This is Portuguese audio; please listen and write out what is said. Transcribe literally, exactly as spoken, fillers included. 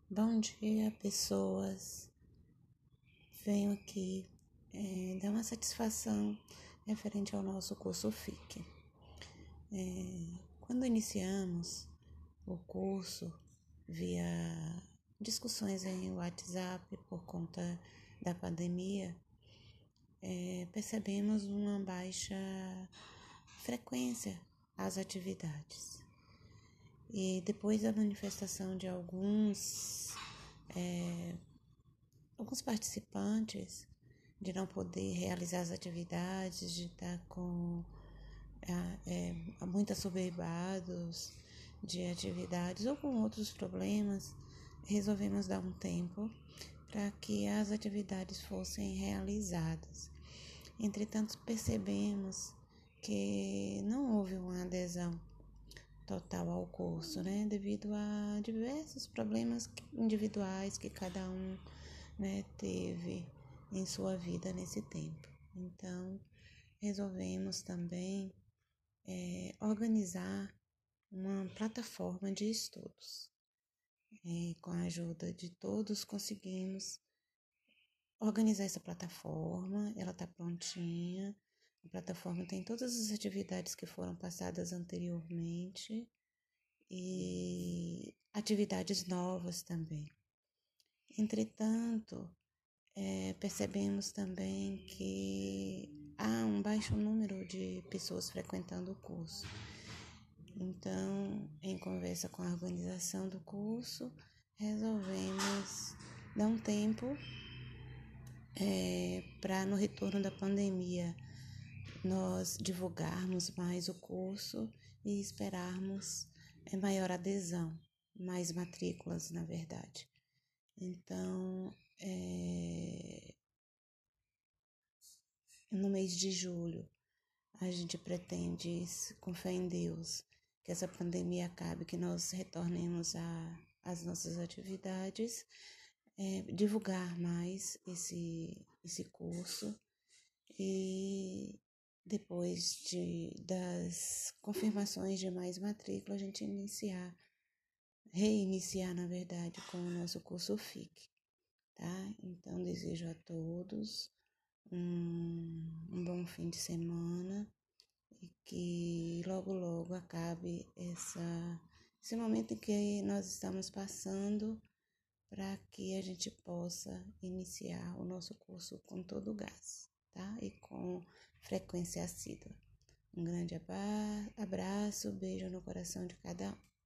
Bom dia, pessoas. Venho aqui é, dar uma satisfação referente ao nosso curso F I C. É, quando iniciamos o curso via discussões em WhatsApp por conta da pandemia, é, percebemos uma baixa frequência às atividades. E depois da manifestação de alguns é, alguns participantes de não poder realizar as atividades, de estar com é, muito assoberbados de atividades ou com outros problemas, resolvemos dar um tempo para que as atividades fossem realizadas. Entretanto, percebemos que não houve uma adesão total ao curso, né, devido a diversos problemas individuais que cada um, né, teve em sua vida nesse tempo. Então, resolvemos também é, organizar uma plataforma de estudos. É, com a ajuda de todos, conseguimos organizar essa plataforma. Ela está prontinha. A plataforma tem todas as atividades que foram passadas anteriormente e atividades novas também. Entretanto, é, percebemos também que há um baixo número de pessoas frequentando o curso. Então, em conversa com a organização do curso, resolvemos dar um tempo é, para, no retorno da pandemia, nós divulgarmos mais o curso e esperarmos é, maior adesão, mais matrículas, na verdade. Então, é, no mês de julho, a gente pretende, com fé em Deus, que essa pandemia acabe, que nós retornemos às nossas atividades, é, divulgar mais esse, esse curso e depois de, das confirmações de mais matrícula, a gente iniciar, reiniciar, na verdade, com o nosso curso F I C, tá? Então, desejo a todos um, um bom fim de semana e que logo, logo acabe essa, esse momento em que nós estamos passando para que a gente possa iniciar o nosso curso com todo o gás, tá? E com frequência assídua. Um grande abraço, beijo no coração de cada um.